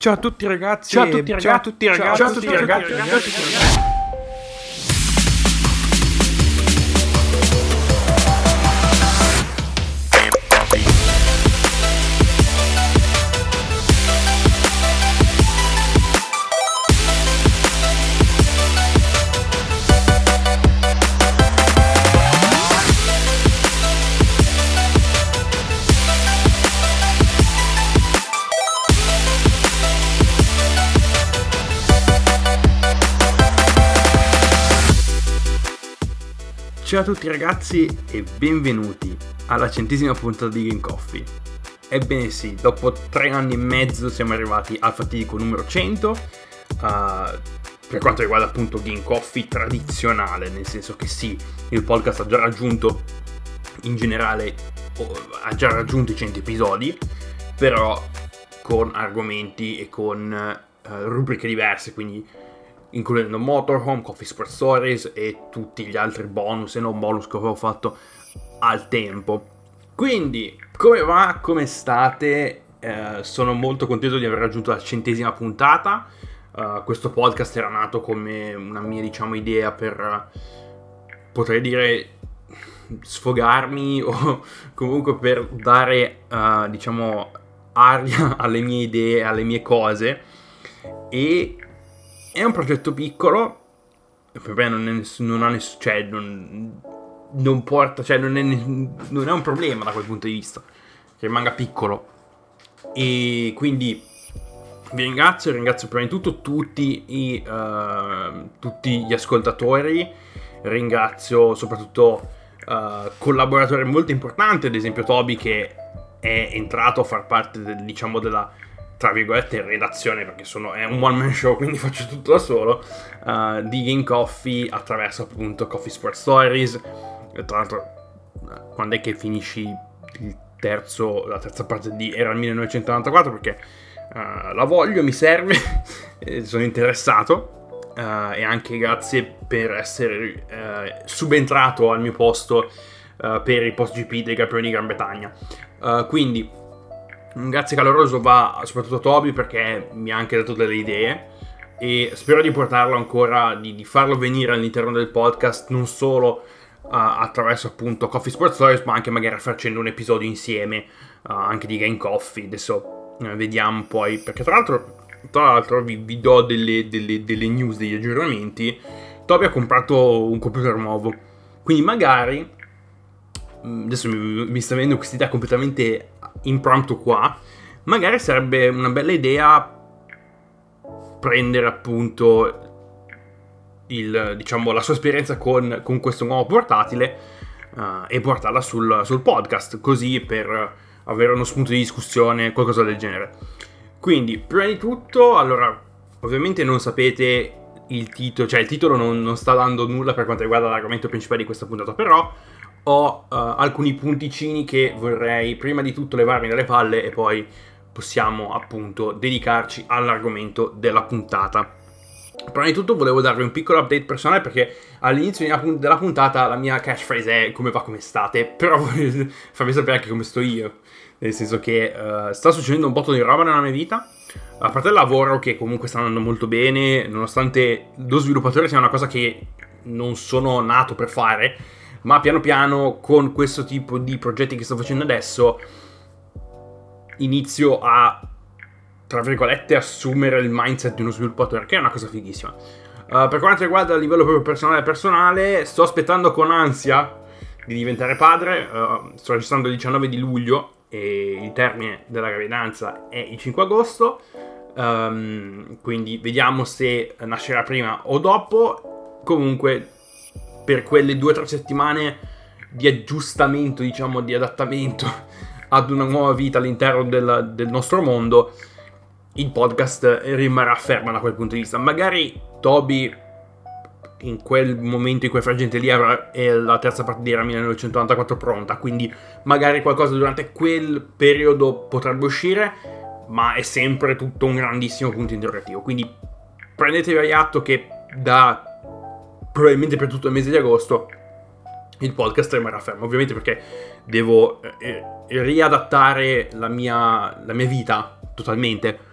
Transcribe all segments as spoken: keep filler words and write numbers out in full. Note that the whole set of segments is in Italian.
Ciao a tutti ragazzi. Ciao a tutti ragazzi. Ciao a tutti ragazzi. Ciao a tutti ragazzi. Ciao a tutti ragazzi. Ciao a tutti ragazzi e benvenuti alla centesima puntata di Game Coffee. Ebbene sì, dopo tre anni e mezzo siamo arrivati al fatidico numero cento, uh, per quanto riguarda appunto Game Coffee tradizionale, nel senso che sì, il podcast ha già raggiunto, in generale, oh, ha già raggiunto i cento episodi, però con argomenti e con uh, rubriche diverse, quindi includendo Motorhome, Coffee Sports Stories e tutti gli altri bonus e non bonus che avevo fatto al tempo. Quindi, come va? Come state? Eh, sono molto contento di aver raggiunto la centesima puntata. Uh, questo podcast era nato come una mia, diciamo, idea per, uh, potrei dire, sfogarmi o comunque per dare, uh, diciamo, aria alle mie idee, alle mie cose. E è un progetto piccolo, per me non, è, non ha nessuno, cioè non, non porta, cioè non è, non è un problema da quel punto di vista, che rimanga piccolo. E quindi vi ringrazio, ringrazio prima di tutto tutti i uh, tutti gli ascoltatori, ringrazio soprattutto uh, collaboratori molto importanti, ad esempio Toby, che è entrato a far parte del, diciamo della, tra virgolette, redazione, perché sono, è un one man show, quindi faccio tutto da solo, uh, di Game Coffee attraverso appunto Coffee Sports Stories. E tra l'altro, quando è che finisci il terzo, la terza parte di Era il millenovecentonovantaquattro, perché uh, la voglio, mi serve, sono interessato, uh, e anche grazie per essere uh, subentrato al mio posto uh, per il post G P dei campioni di Gran Bretagna. Uh, quindi un grazie caloroso va soprattutto a Toby, perché mi ha anche dato delle idee e spero di portarlo ancora, di, di farlo venire all'interno del podcast, non solo uh, attraverso appunto Coffee Sports Stories, ma anche magari facendo un episodio insieme uh, anche di Game Coffee. Adesso uh, vediamo poi, perché tra l'altro, tra l'altro vi, vi do delle, delle, delle news, degli aggiornamenti. Toby ha comprato un computer nuovo, quindi magari, adesso mi, mi sta venendo questa idea completamente impromptu qua, magari sarebbe una bella idea prendere appunto il, diciamo, la sua esperienza con, con questo nuovo portatile uh, e portarla sul, sul podcast, così per avere uno spunto di discussione, qualcosa del genere. Quindi, prima di tutto, allora, ovviamente non sapete il titolo, cioè il titolo non, non sta dando nulla per quanto riguarda l'argomento principale di questa puntata, però ho uh, alcuni punticini che vorrei prima di tutto levarmi dalle palle e poi possiamo appunto dedicarci all'argomento della puntata. Prima di tutto volevo darvi un piccolo update personale, perché all'inizio della puntata la mia catchphrase è come va, come state, però voglio farvi sapere anche come sto io, nel senso che uh, sta succedendo un botto di roba nella mia vita, a parte il lavoro che comunque sta andando molto bene, nonostante lo sviluppatore sia una cosa che non sono nato per fare, ma piano piano con questo tipo di progetti che sto facendo adesso inizio a, tra virgolette, assumere il mindset di uno sviluppatore, che è una cosa fighissima. Uh, per quanto riguarda il livello proprio personale personale, sto aspettando con ansia di diventare padre. Uh, sto registrando il diciannove di luglio e il termine della gravidanza è il cinque agosto, um, quindi vediamo se nascerà prima o dopo. Comunque, per quelle due o tre settimane di aggiustamento, diciamo, di adattamento ad una nuova vita all'interno del, del nostro mondo, il podcast rimarrà fermo da quel punto di vista. Magari Toby, in quel momento, in quel frangente lì, avrà la terza parte di Era millenovecentonovantaquattro pronta, quindi magari qualcosa durante quel periodo potrebbe uscire, ma è sempre tutto un grandissimo punto interrogativo. Quindi prendetevi atto che da probabilmente per tutto il mese di agosto il podcast rimarrà fermo, ovviamente perché devo eh, riadattare la mia, la mia vita totalmente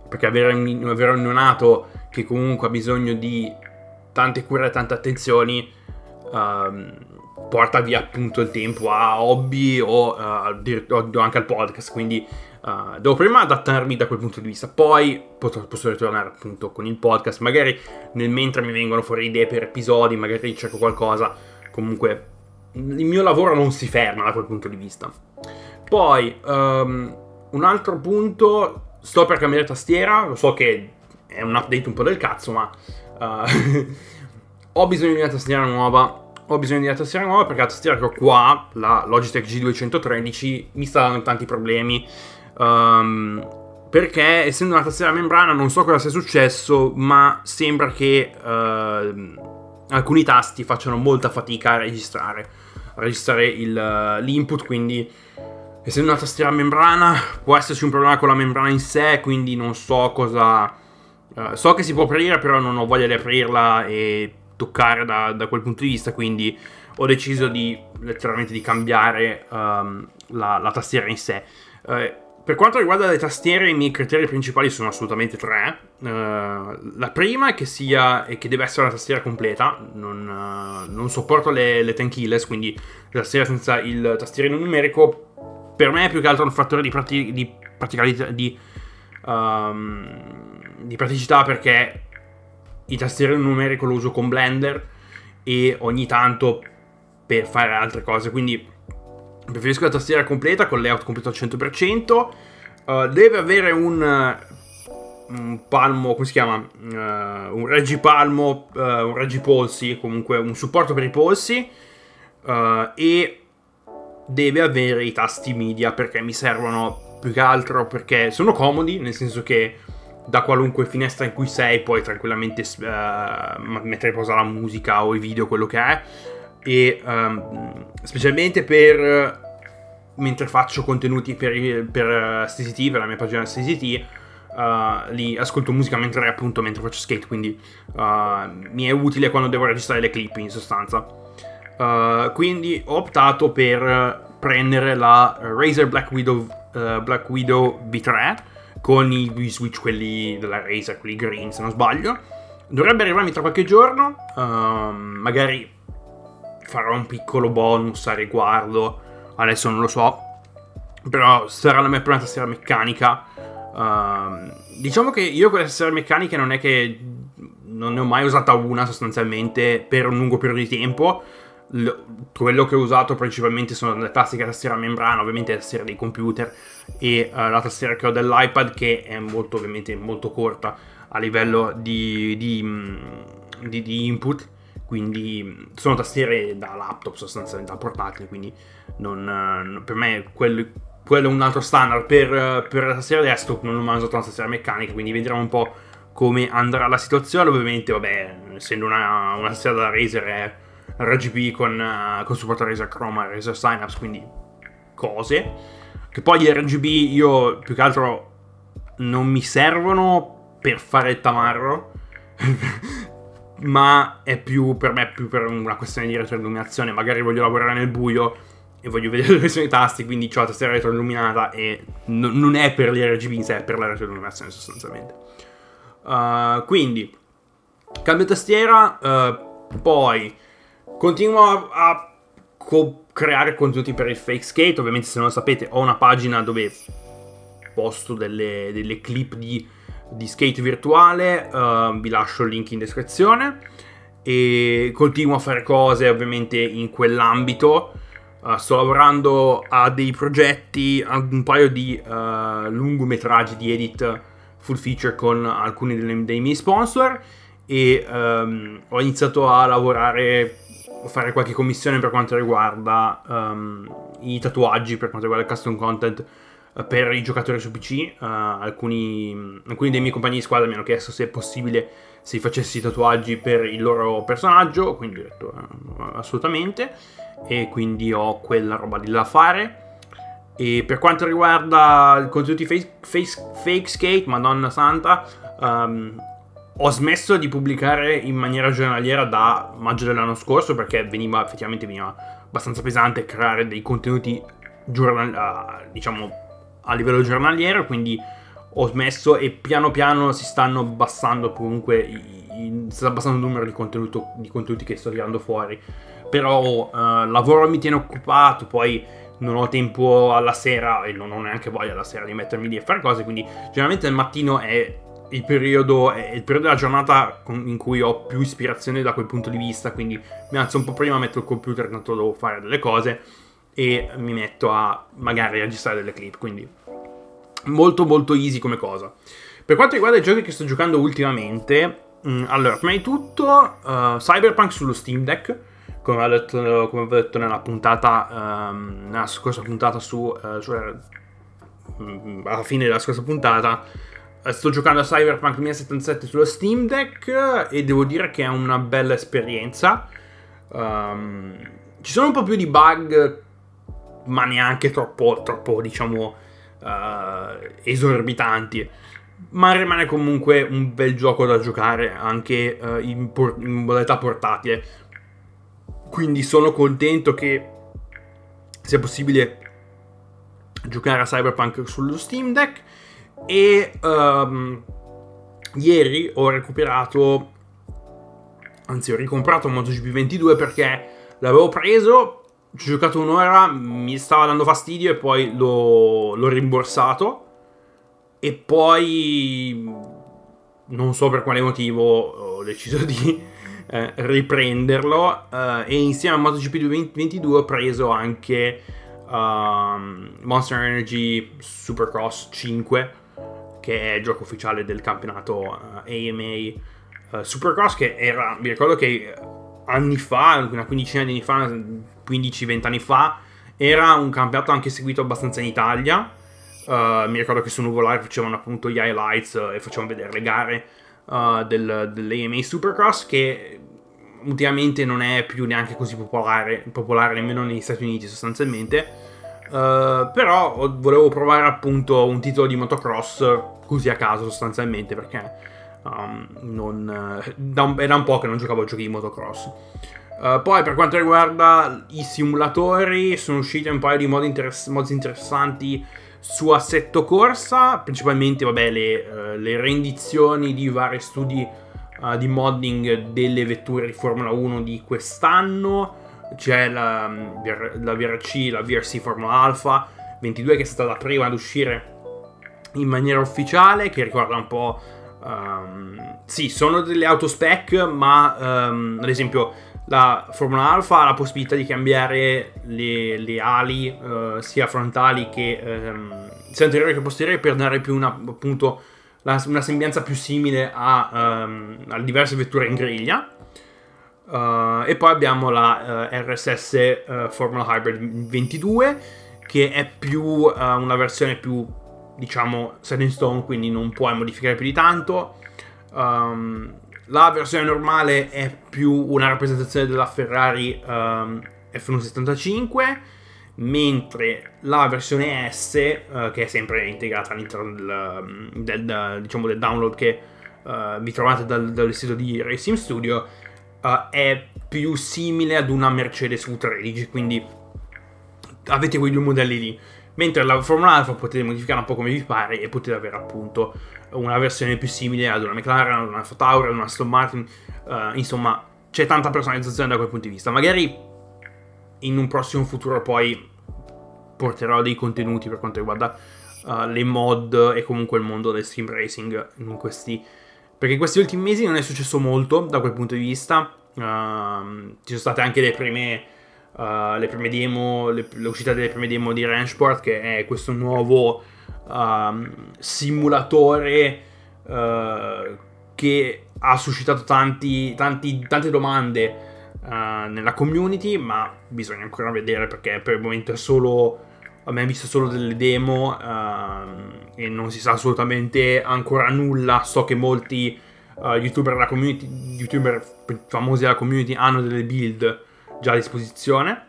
perché avere un, avere un neonato che comunque ha bisogno di tante cure e tante attenzioni um, porta via appunto il tempo a hobby o, uh, o anche al podcast, quindi uh, devo prima adattarmi da quel punto di vista, poi posso, posso ritornare appunto con il podcast, magari nel mentre mi vengono fuori idee per episodi, magari cerco qualcosa, comunque il mio lavoro non si ferma da quel punto di vista. Poi um, un altro punto, sto per cambiare tastiera, lo so che è un update un po' del cazzo, ma uh, ho bisogno di una tastiera nuova. Ho bisogno di una tastiera nuova perché la tastiera che ho qua, la Logitech G duecentotredici, mi sta dando tanti problemi. Um, perché essendo una tastiera a membrana non so cosa sia successo, ma sembra che uh, alcuni tasti facciano molta fatica a registrare, a registrare il, uh, l'input, quindi essendo una tastiera a membrana può esserci un problema con la membrana in sé, quindi non so cosa... Uh, so che si può aprire, però non ho voglia di aprirla e toccare da, da quel punto di vista, quindi ho deciso di letteralmente di cambiare um, la, la tastiera in sé. Uh, per quanto riguarda le tastiere, i miei criteri principali sono assolutamente tre. Uh, la prima è che sia e che deve essere una tastiera completa, non, uh, non sopporto le, le ten keyless, quindi la tastiera senza il tastierino numerico per me è più che altro un fattore di, prati- di praticalità, di, um, di praticità, perché il tastierino numerico lo uso con Blender e ogni tanto per fare altre cose, quindi preferisco la tastiera completa con layout completo al cento per cento. Uh, deve avere un, un palmo, come si chiama? Uh, un reggipalmo, uh, un reggipolsi, comunque un supporto per i polsi, uh, e deve avere i tasti media, perché mi servono più che altro perché sono comodi, nel senso che da qualunque finestra in cui sei puoi tranquillamente uh, mettere pausa la musica o i video, quello che è, e um, specialmente per uh, mentre faccio contenuti per, per S T T, per la mia pagina S T T, uh, lì ascolto musica mentre appunto mentre faccio skate, quindi uh, mi è utile quando devo registrare le clip in sostanza. Uh, quindi ho optato per prendere la Razer Black Widow, uh, Black Widow V tre con i, i switch, quelli della Razer, quelli green se non sbaglio. Dovrebbe arrivarmi tra qualche giorno, uh, magari farò un piccolo bonus a riguardo, adesso non lo so, però sarà la mia prima tastiera meccanica. Uh, diciamo che io con le tastiere meccaniche non è che non ne ho mai usata una sostanzialmente per un lungo periodo di tempo. L- quello che ho usato principalmente sono le classiche tastiere a membrana, ovviamente la tastiera dei computer, e uh, la tastiera che ho dell'iPad, che è molto ovviamente molto corta a livello di, di, di, di input, quindi sono tastiere da laptop sostanzialmente, da portatile, quindi non, per me quello, quello è un altro standard. Per, per la tastiera desktop non ho mai usato una tastiera meccanica, quindi vedremo un po' come andrà la situazione. Ovviamente vabbè, essendo una, una tastiera da Razer è R G B con, uh, con supporto Razer Chroma e Razer Synapse, quindi cose che poi gli R G B io più che altro non mi servono per fare il tamarro ma è più per me più per una questione di retroilluminazione. Magari voglio lavorare nel buio e voglio vedere dove sono i tasti, quindi ho la tastiera retroilluminata, e n- non è per gli R G B in sé, è per la retroilluminazione sostanzialmente. Uh, quindi cambio tastiera, uh, poi continuo a, a co- creare contenuti per il Fake Skate. Ovviamente, se non lo sapete, ho una pagina dove posto delle, delle clip di, di skate virtuale, uh, vi lascio il link in descrizione, e continuo a fare cose ovviamente in quell'ambito. Uh, sto lavorando a dei progetti, a un paio di uh, lungometraggi di edit full feature con alcuni delle, dei miei sponsor, e um, ho iniziato a lavorare, a fare qualche commissione per quanto riguarda um, i tatuaggi, per quanto riguarda il custom content uh, per i giocatori su P C. Uh, alcuni, alcuni dei miei compagni di squadra mi hanno chiesto se è possibile se facessi tatuaggi per il loro personaggio, quindi ho detto uh, assolutamente, e quindi ho quella roba lì da fare. E per quanto riguarda i contenuti fake, fake, fake skate, madonna santa, um, ho smesso di pubblicare in maniera giornaliera da maggio dell'anno scorso, perché veniva effettivamente veniva abbastanza pesante creare dei contenuti giornal- uh, diciamo a livello giornaliero, quindi ho smesso, e piano piano si stanno abbassando comunque i, i, si sta abbassando il numero di, contenuto, di contenuti che sto tirando fuori. Però uh, lavoro mi tiene occupato, poi non ho tempo alla sera e non ho neanche voglia alla sera di mettermi lì a fare cose, quindi generalmente il mattino è il periodo, è il periodo della giornata in cui ho più ispirazione da quel punto di vista, quindi mi alzo un po' prima, metto il computer, tanto devo fare delle cose, e mi metto a magari registrare delle clip, quindi molto molto easy come cosa. Per quanto riguarda i giochi che sto giocando ultimamente, mh, allora, prima di tutto uh, Cyberpunk sullo Steam Deck, come avevo detto, come avevo detto nella puntata, um, nella scorsa puntata su, uh, su uh, alla fine della scorsa puntata, uh, sto giocando a Cyberpunk duemilasettantasette sullo Steam Deck e devo dire che è una bella esperienza. Um, ci sono un po' più di bug, ma neanche troppo, troppo diciamo uh, esorbitanti, ma rimane comunque un bel gioco da giocare anche uh, in, por- in modalità portatile. Quindi sono contento che sia possibile giocare a Cyberpunk sullo Steam Deck. E um, ieri ho recuperato, anzi ho ricomprato MotoGP ventidue perché l'avevo preso, ci ho giocato un'ora, mi stava dando fastidio e poi l'ho, l'ho rimborsato, e poi non so per quale motivo ho deciso di Eh, riprenderlo, eh, e insieme a MotoGP ventidue ho preso anche um, Monster Energy Supercross cinque, che è il gioco ufficiale del campionato uh, A M A uh, Supercross, che era, mi ricordo che anni fa, una quindicina di anni fa, quindici venti anni fa, era un campionato anche seguito abbastanza in Italia. Uh, mi ricordo che su Nuovo Live facevano appunto gli highlights uh, e facevano vedere le gare Uh, del, dell'A M A Supercross, che ultimamente non è più neanche così popolare, popolare nemmeno negli Stati Uniti sostanzialmente, uh, però volevo provare appunto un titolo di motocross così a caso sostanzialmente, perché um, non, uh, da un, era un po' che non giocavo a giochi di motocross. Uh, poi per quanto riguarda i simulatori, sono usciti un paio di modi, interess- modi interessanti su Assetto Corsa, principalmente vabbè le, uh, le rendizioni di vari studi uh, di modding delle vetture di Formula uno di quest'anno. C'è la, la V R C, la V R C Formula Alpha ventidue, che è stata la prima ad uscire in maniera ufficiale, che ricorda un po' um, sì, sono delle auto spec, ma um, ad esempio la Formula Alpha ha la possibilità di cambiare le, le ali uh, sia frontali che um, sia anteriori che posteriori, per dare più una, appunto la, una sembianza più simile a, um, a diverse vetture in griglia. Uh, e poi abbiamo la uh, R S S uh, Formula Hybrid ventidue, che è più uh, una versione più, diciamo, set in stone, quindi non puoi modificare più di tanto. Um, La versione normale è più una rappresentazione della Ferrari um, F centosettantacinque, mentre la versione S, uh, che è sempre integrata all'interno del, del, del, diciamo del download che uh, vi trovate dal, dal sito di Racing Studio, uh, è più simile ad una Mercedes U tredici, quindi avete quei due modelli lì. Mentre la Formula Alpha potete modificare un po' come vi pare, e potete avere appunto una versione più simile ad una McLaren, ad una Alfa Tauri, ad una Aston Martin. Uh, insomma, c'è tanta personalizzazione da quel punto di vista. Magari in un prossimo futuro poi porterò dei contenuti per quanto riguarda uh, le mod e comunque il mondo del sim racing in questi, perché in questi ultimi mesi non è successo molto da quel punto di vista. Uh, ci sono state anche le prime Uh, le prime demo, le, l'uscita delle prime demo di Ranchport, che è questo nuovo um, simulatore uh, che ha suscitato tanti, tanti, tante domande uh, nella community, ma bisogna ancora vedere, perché per il momento è solo, abbiamo visto solo delle demo uh, e non si sa assolutamente ancora nulla. So che molti uh, youtuber della community, youtuber famosi della community hanno delle build già a disposizione,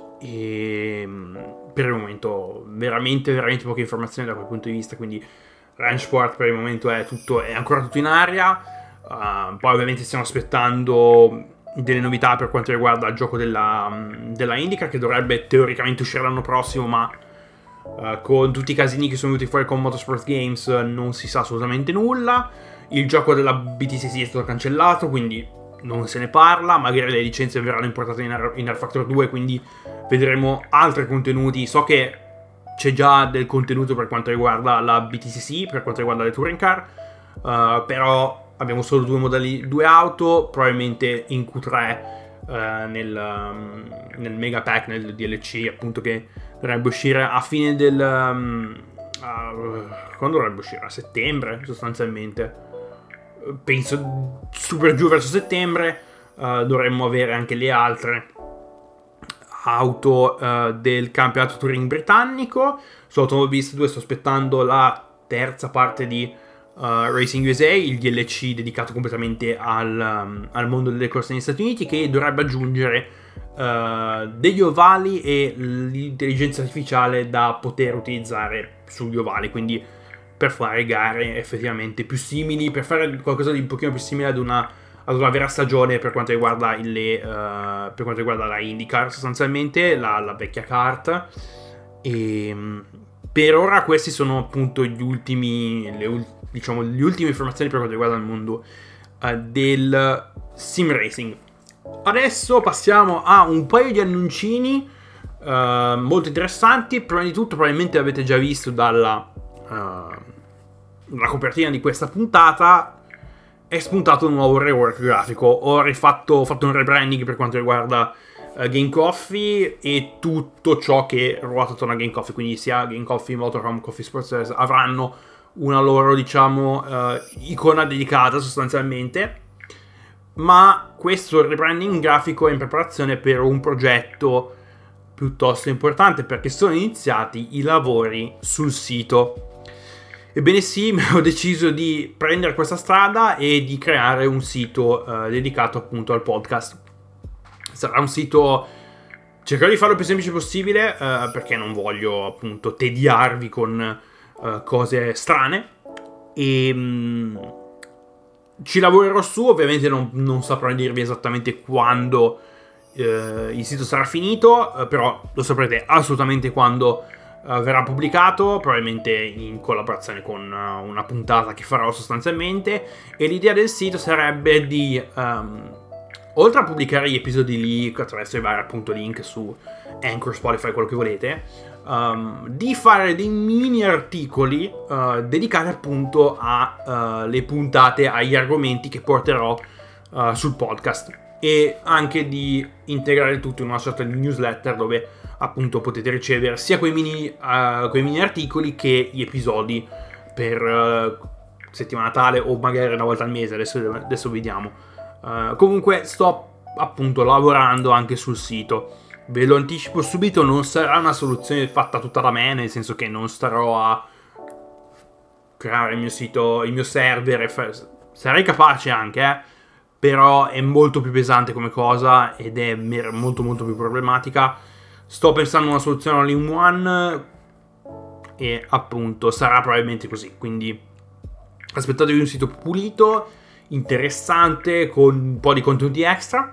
e per il momento veramente veramente poche informazioni da quel punto di vista, quindi Ranchport per il momento è tutto, è ancora tutto in aria. Uh, poi ovviamente stiamo aspettando delle novità per quanto riguarda il gioco della, della IndyCar, che dovrebbe teoricamente uscire l'anno prossimo, ma uh, con tutti i casini che sono venuti fuori con Motorsport Games non si sa assolutamente nulla. Il gioco della B T C C è stato cancellato, quindi non se ne parla. Magari le licenze verranno importate in R, in R Factor due, quindi vedremo altri contenuti. So che c'è già del contenuto per quanto riguarda la B T C C, per quanto riguarda le touring car, uh, però abbiamo solo due modelli, due auto, probabilmente in Q tre uh, nel, um, nel mega pack, nel D L C appunto, che dovrebbe uscire a fine del um, uh, quando dovrebbe uscire? A settembre sostanzialmente, penso super giù verso settembre. Uh, dovremmo avere anche le altre auto uh, del campionato touring britannico. Su Automobilist due sto aspettando la terza parte di uh, Racing U S A, il D L C dedicato completamente al, um, al mondo delle corse negli Stati Uniti, che dovrebbe aggiungere uh, degli ovali e l'intelligenza artificiale da poter utilizzare sugli ovali, quindi per fare gare effettivamente più simili, per fare qualcosa di un pochino più simile ad una ad una vera stagione per quanto riguarda le, uh, per quanto riguarda la IndyCar, sostanzialmente la, la vecchia kart. E per ora questi sono appunto gli ultimi le, diciamo le ultime informazioni per quanto riguarda il mondo uh, del sim racing. Adesso passiamo a un paio di annuncini uh, molto interessanti. Prima di tutto, probabilmente avete già visto dalla uh, la copertina di questa puntata, è spuntato un nuovo rework grafico. Ho rifatto ho fatto un rebranding per quanto riguarda uh, Game Coffee e tutto ciò che ruota attorno a Game Coffee, quindi sia Game Coffee, Motorhome, Coffee Sports avranno una loro, diciamo, uh, icona dedicata sostanzialmente. Ma questo rebranding grafico è in preparazione per un progetto piuttosto importante, perché sono iniziati i lavori sul sito. Ebbene sì, ho deciso di prendere questa strada e di creare un sito uh, dedicato appunto al podcast. Sarà un sito, cercherò di farlo il più semplice possibile, uh, perché non voglio appunto tediarvi con uh, cose strane, e um, ci lavorerò su. Ovviamente non, non saprò dirvi esattamente quando uh, il sito sarà finito, uh, però lo saprete assolutamente quando Uh, verrà pubblicato, probabilmente in collaborazione con uh, una puntata che farò sostanzialmente. E l'idea del sito sarebbe di, um, oltre a pubblicare gli episodi lì attraverso i vari appunto link su Anchor, Spotify, quello che volete, um, di fare dei mini articoli uh, dedicati appunto alle uh, puntate, agli argomenti che porterò uh, sul podcast, e anche di integrare tutto in una sorta di newsletter dove appunto potete ricevere sia quei mini, uh, quei mini articoli che gli episodi per uh, settimana tale, o magari una volta al mese, adesso, adesso vediamo. Uh, comunque sto appunto lavorando anche sul sito. Ve lo anticipo subito, non sarà una soluzione fatta tutta da me, nel senso che non starò a creare il mio sito, il mio server, e fa- sarei capace anche, eh, però è molto più pesante come cosa ed è mer- molto molto più problematica. Sto pensando a una soluzione all-in-one e appunto sarà probabilmente così, quindi aspettatevi un sito pulito, interessante, con un po' di contenuti extra,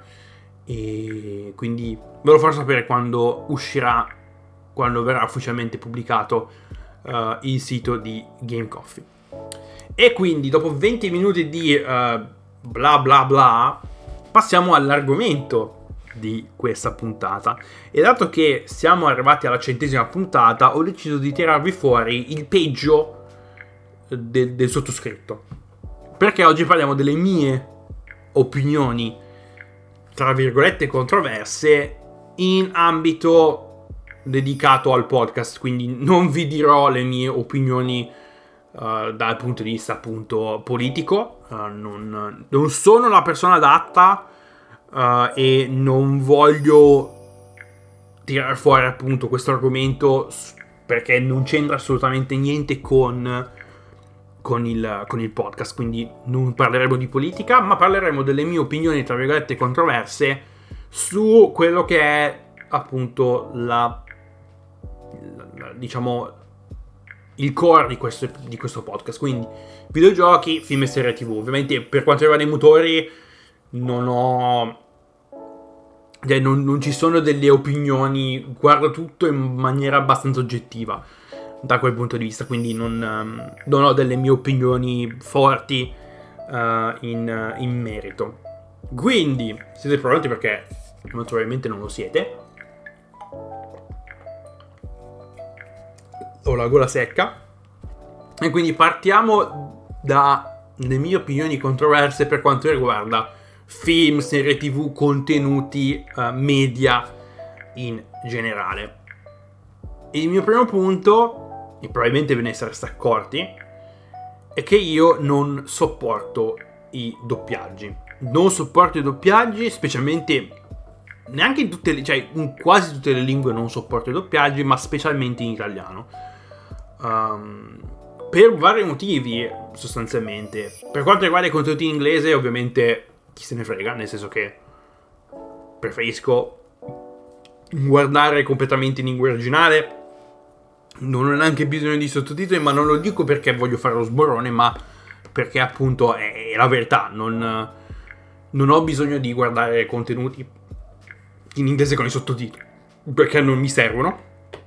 e quindi ve lo farò sapere quando uscirà, quando verrà ufficialmente pubblicato uh, il sito di Game Coffee. E quindi dopo venti minuti di uh, bla bla bla passiamo all'argomento di questa puntata. E dato che siamo arrivati alla centesima puntata, ho deciso di tirarvi fuori il peggio de- del sottoscritto, perché oggi parliamo delle mie opinioni tra virgolette controverse in ambito dedicato al podcast. Quindi non vi dirò le mie opinioni uh, dal punto di vista appunto politico, uh, non, non sono la persona adatta. Uh, e non voglio tirare fuori appunto questo argomento perché non c'entra assolutamente niente con, con, il, con il podcast. Quindi non parleremo di politica, ma parleremo delle mie opinioni tra virgolette controverse su quello che è appunto la, la diciamo il core di questo, di questo podcast. Quindi videogiochi, film e serie tv. Ovviamente per quanto riguarda i motori non ho Non, non ci sono delle opinioni, guardo tutto in maniera abbastanza oggettiva. da quel punto di vista, quindi non, um, non ho delle mie opinioni forti uh, in, uh, in merito. Quindi siete pronti, perché molto probabilmente non lo siete. Ho la gola secca e quindi partiamo dalle mie opinioni controverse per quanto riguarda film, serie tv, contenuti uh, media in generale. Il mio primo punto, e probabilmente ve ne sareste accorti, è che io non sopporto i doppiaggi. Non sopporto i doppiaggi, specialmente neanche in tutte le, cioè in quasi tutte le lingue non sopporto i doppiaggi, ma specialmente in italiano. Um, per vari motivi, sostanzialmente. Per quanto riguarda i contenuti in inglese, ovviamente chi se ne frega, nel senso che preferisco guardare completamente in lingua originale. Non ho neanche bisogno di sottotitoli, ma non lo dico perché voglio fare lo sborrone, ma perché appunto è, è la verità. Non, non ho bisogno di guardare contenuti in inglese con i sottotitoli, perché non mi servono.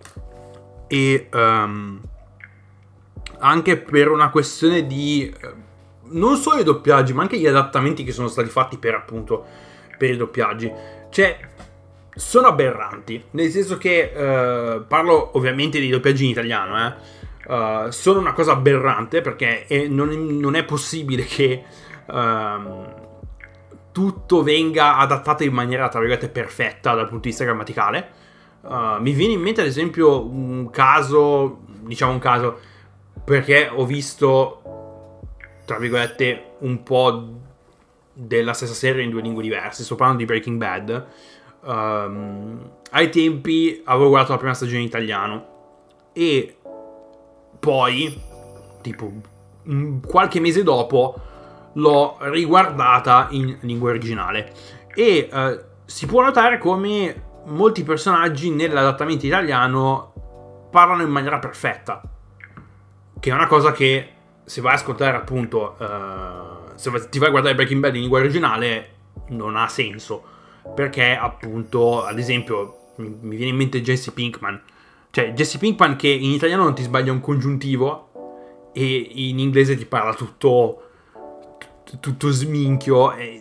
E um, anche per una questione di non solo i doppiaggi, ma anche gli adattamenti che sono stati fatti per appunto per i doppiaggi, cioè sono aberranti, nel senso che uh, parlo ovviamente dei doppiaggi in italiano, eh. uh, sono una cosa aberrante, perché è, non, non è possibile che uh, tutto venga adattato in maniera tra virgolette perfetta dal punto di vista grammaticale. Uh, mi viene in mente ad esempio un caso, diciamo un caso, perché ho visto tra virgolette un po' della stessa serie in due lingue diverse. Sto parlando di Breaking Bad. Um, ai tempi avevo guardato la prima stagione in italiano e poi tipo qualche mese dopo l'ho riguardata in lingua originale e uh, si può notare come molti personaggi nell'adattamento italiano parlano in maniera perfetta, che è una cosa che se vai a ascoltare appunto uh, se ti vai a guardare Breaking Bad in lingua originale non ha senso, perché appunto ad esempio mi, mi viene in mente Jesse Pinkman, cioè Jesse Pinkman che in italiano non ti sbaglia un congiuntivo e in inglese ti parla tutto t- tutto sminchio e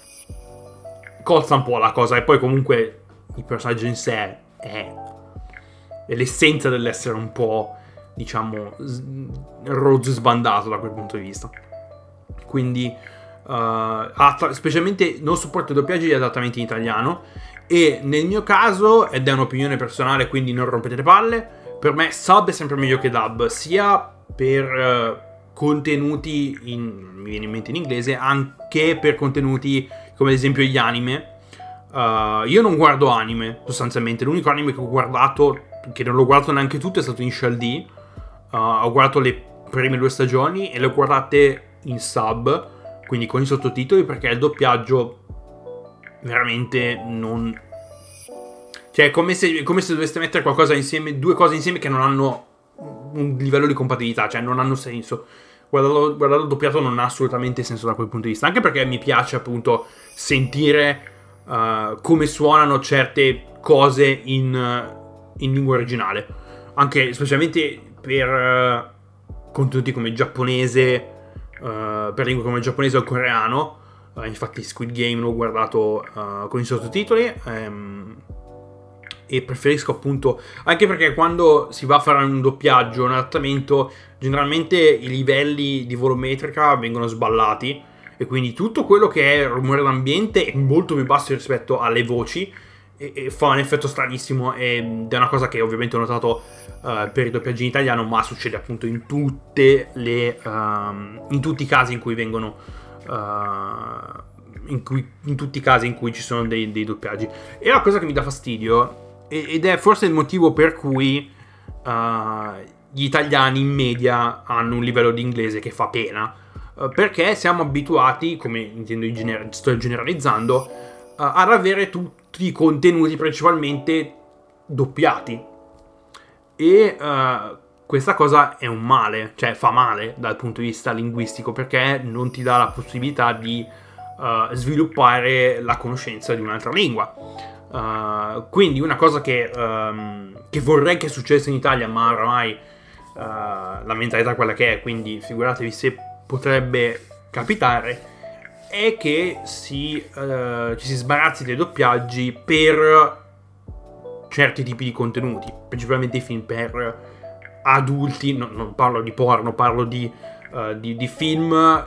cozza un po' la cosa. E poi comunque il personaggio in sé è, è l'essenza dell'essere un po', diciamo, rozzo e sbandato da quel punto di vista. Quindi uh, specialmente non sopporto i doppiaggi di adattamenti in italiano, e nel mio caso, ed è un'opinione personale quindi non rompete le palle, per me sub è sempre meglio che dub, sia per uh, contenuti in, mi viene in mente in inglese, anche per contenuti come ad esempio gli anime. Uh, io non guardo anime sostanzialmente, l'unico anime che ho guardato, che non l'ho guardato neanche tutto, è stato Initial D. Uh, ho guardato le prime due stagioni e le ho guardate in sub, quindi con i sottotitoli, perché il doppiaggio veramente non, cioè è come se, come se doveste mettere qualcosa insieme, due cose insieme che non hanno un livello di compatibilità, cioè non hanno senso. Guardarlo, guardarlo doppiato non ha assolutamente senso da quel punto di vista, anche perché mi piace appunto sentire uh, come suonano certe cose in, in lingua originale, anche specialmente per uh, contenuti come giapponese, uh, per lingue come il giapponese o il coreano. Uh, infatti Squid Game l'ho guardato uh, con i sottotitoli, um, e preferisco appunto, anche perché quando si va a fare un doppiaggio, un adattamento, generalmente i livelli di volumetrica vengono sballati e quindi tutto quello che è rumore d'ambiente è molto più basso rispetto alle voci e, e fa un effetto stranissimo, ed è una cosa che ovviamente ho notato uh, per i doppiaggi in italiano, ma succede appunto in tutte le um, in tutti i casi in cui vengono uh, in, cui, in tutti i casi in cui ci sono dei, dei doppiaggi. E la cosa che mi dà fastidio, ed è forse il motivo per cui uh, gli italiani in media hanno un livello di inglese che fa pena, uh, perché siamo abituati, come intendo in gener- sto generalizzando, uh, ad avere tutti i contenuti principalmente doppiati, e uh, questa cosa è un male, cioè fa male dal punto di vista linguistico, perché non ti dà la possibilità di uh, sviluppare la conoscenza di un'altra lingua. Uh, quindi una cosa che, um, che vorrei che successe in Italia, ma oramai la mentalità quella che è, quindi figuratevi se potrebbe capitare, è che si, uh, ci si sbarazzi dei doppiaggi per certi tipi di contenuti, principalmente i film per adulti. No, non parlo di porno, parlo di, uh, di, di film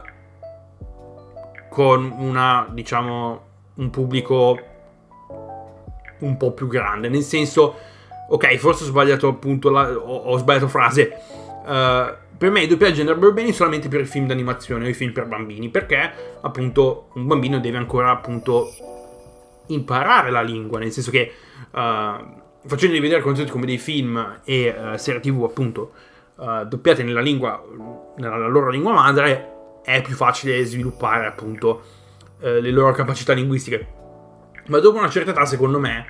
con una, diciamo, un pubblico un po' più grande, nel senso, ok, forse ho sbagliato appunto la, ho, ho sbagliato frase, uh, per me i doppiaggi andrebbero bene solamente per i film d'animazione o i film per bambini, perché appunto un bambino deve ancora appunto imparare la lingua, nel senso che uh, facendogli vedere contenuti come dei film e uh, serie tv appunto uh, doppiate nella lingua, nella loro lingua madre, è più facile sviluppare appunto uh, le loro capacità linguistiche. Ma dopo una certa età, secondo me,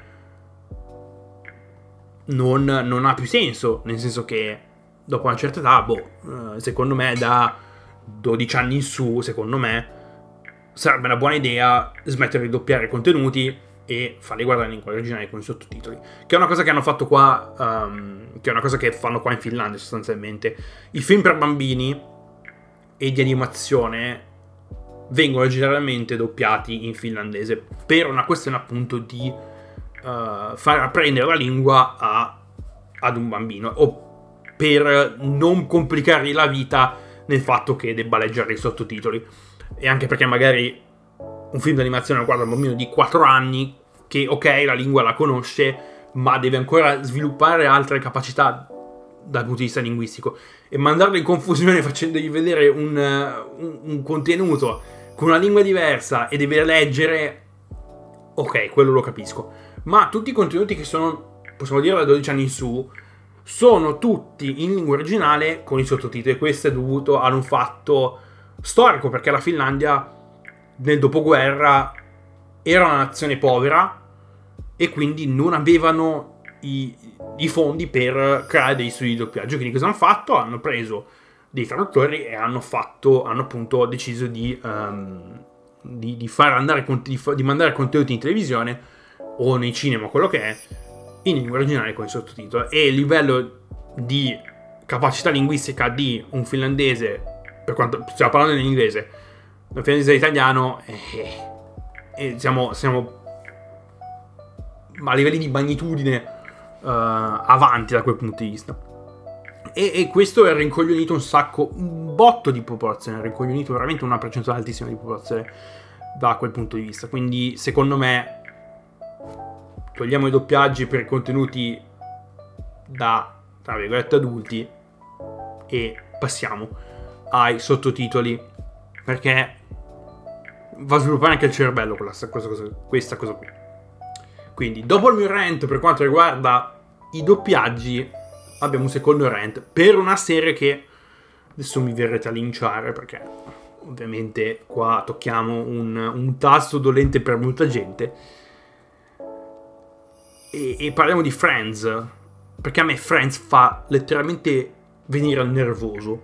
non, non ha più senso, nel senso che dopo una certa età, boh, uh, secondo me da dodici anni in su, secondo me sarebbe una buona idea smettere di doppiare i contenuti e farli guardare in lingua originale con i sottotitoli, che è una cosa che hanno fatto qua, um, che è una cosa che fanno qua in Finlandia sostanzialmente. I film per bambini e di animazione vengono generalmente doppiati in finlandese per una questione appunto di uh, far apprendere la lingua a, ad un bambino, o per non complicargli la vita nel fatto che debba leggere i sottotitoli, e anche perché magari un film d'animazione lo guarda un bambino di quattro anni che, ok, la lingua la conosce, ma deve ancora sviluppare altre capacità dal punto di vista linguistico, e mandarlo in confusione facendogli vedere un, un, un contenuto con una lingua diversa e deve leggere, ok, quello lo capisco. Ma tutti i contenuti che sono, possiamo dire, da dodici anni in su, sono tutti in lingua originale con i sottotitoli, e questo è dovuto ad un fatto storico, perché la Finlandia nel dopoguerra era una nazione povera e quindi non avevano i, i fondi per creare dei studi di doppiaggio. Quindi cosa hanno fatto? Hanno preso dei traduttori e hanno fatto, hanno appunto deciso di, um, di, di far andare di, di mandare contenuti in televisione o nei cinema, quello che è, in lingua originale con i sottotitoli. E il livello di capacità linguistica di un finlandese, per quanto stiamo parlando in inglese, un finlandese italiano, eh, eh, siamo, siamo a livelli di magnitudine uh, avanti da quel punto di vista. E, e questo è rincoglionito un sacco, un botto di popolazione, è rincoglionito veramente una percentuale altissima di popolazione da quel punto di vista. Quindi secondo me togliamo i doppiaggi per contenuti da, tra virgolette, adulti e passiamo ai sottotitoli, perché va a sviluppare anche il cervello questa cosa, questa cosa qui. Quindi dopo il mio rant per quanto riguarda i doppiaggi, abbiamo un secondo rant per una serie che adesso mi verrete a linciare, perché ovviamente qua tocchiamo un, un tasto dolente per molta gente, e, e parliamo di Friends, perché a me Friends fa letteralmente venire al nervoso,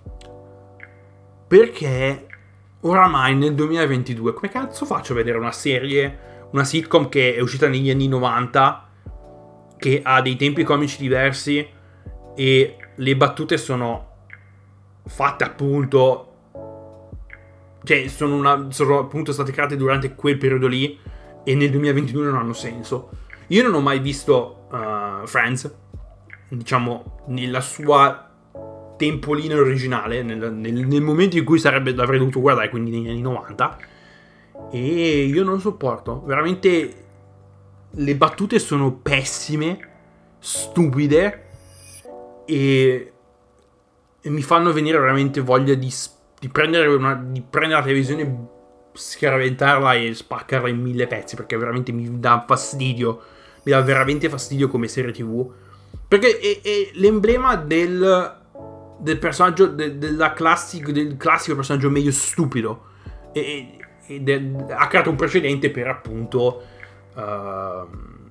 perché oramai nel duemilaventidue come cazzo faccio a vedere una serie, una sitcom che è uscita negli anni novanta, che ha dei tempi comici diversi e le battute sono fatte appunto, cioè sono, una, sono appunto state create durante quel periodo lì, e nel duemilaventidue non hanno senso. Io non ho mai visto uh, Friends, diciamo, nella sua tempolina originale, nel, nel, nel momento in cui sarebbe, l'avrei dovuto guardare, quindi negli anni novanta, e io non sopporto, veramente le battute sono pessime, stupide, e, e mi fanno venire veramente voglia di, di, prendere una, di prendere la televisione, scaraventarla e spaccarla in mille pezzi, perché veramente mi dà fastidio, mi dà veramente fastidio come serie tv, perché è, è l'emblema del del personaggio de, della classico, del classico personaggio medio stupido, e, e de, ha creato un precedente per appunto uh,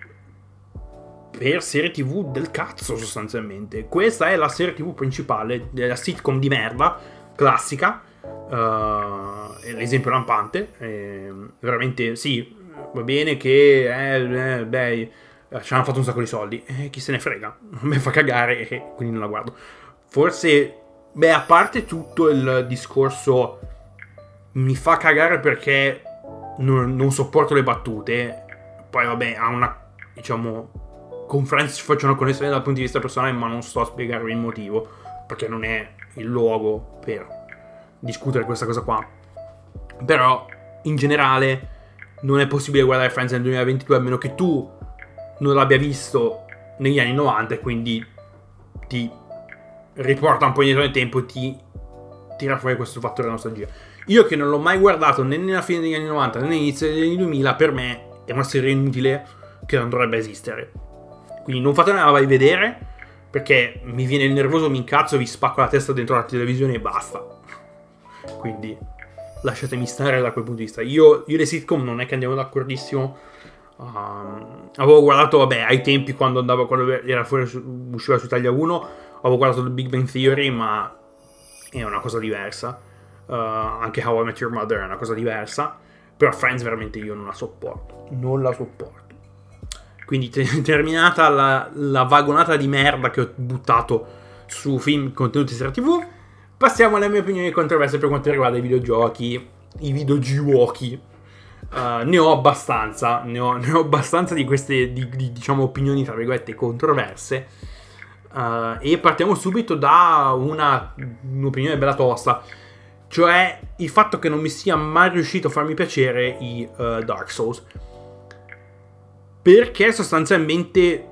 per serie tv del cazzo sostanzialmente. Questa è la serie tv principale della sitcom di merda classica, uh, è l'esempio lampante, è veramente sì, va bene che eh, eh, beh, ci hanno fatto un sacco di soldi, eh, chi se ne frega, a me fa cagare e quindi non la guardo. forse, beh, a parte tutto il discorso mi fa cagare perché non, non sopporto le battute, poi vabbè, ha una, diciamo, con Friends ci faccio una connessione dal punto di vista personale, ma non sto a spiegarvi il motivo, perché non è il luogo per discutere questa cosa qua. Però in generale non è possibile guardare Friends nel duemilaventidue a meno che tu non l'abbia visto negli anni novanta, e quindi ti riporta un po' indietro nel tempo e ti tira fuori questo fattore nostalgia. Io che non l'ho mai guardato né nella fine degli anni novanta né all'inizio degli anni duemila, per me è una serie inutile che non dovrebbe esistere. Quindi non fatela mai vedere, perché mi viene il nervoso, mi incazzo, vi spacco la testa dentro la televisione e basta. Quindi lasciatemi stare da quel punto di vista. Io, io le sitcom non è che andiamo d'accordissimo. Um, avevo guardato, vabbè, ai tempi quando andavo, quando era fuori, usciva su Italia uno, avevo guardato The Big Bang Theory, ma è una cosa diversa. Uh, anche How I Met Your Mother è una cosa diversa. Però Friends veramente io non la sopporto. Non la sopporto. Quindi te- terminata la, la vagonata di merda che ho buttato su film, contenuti serie tv, passiamo alle mie opinioni controverse per quanto riguarda i videogiochi, i videogiochi. Uh, ne ho abbastanza, ne ho, ne ho abbastanza di queste, di, di, diciamo, opinioni tra virgolette controverse. Uh, e partiamo subito da una un'opinione bella tosta, cioè il fatto che non mi sia mai riuscito a farmi piacere i uh, Dark Souls, perché sostanzialmente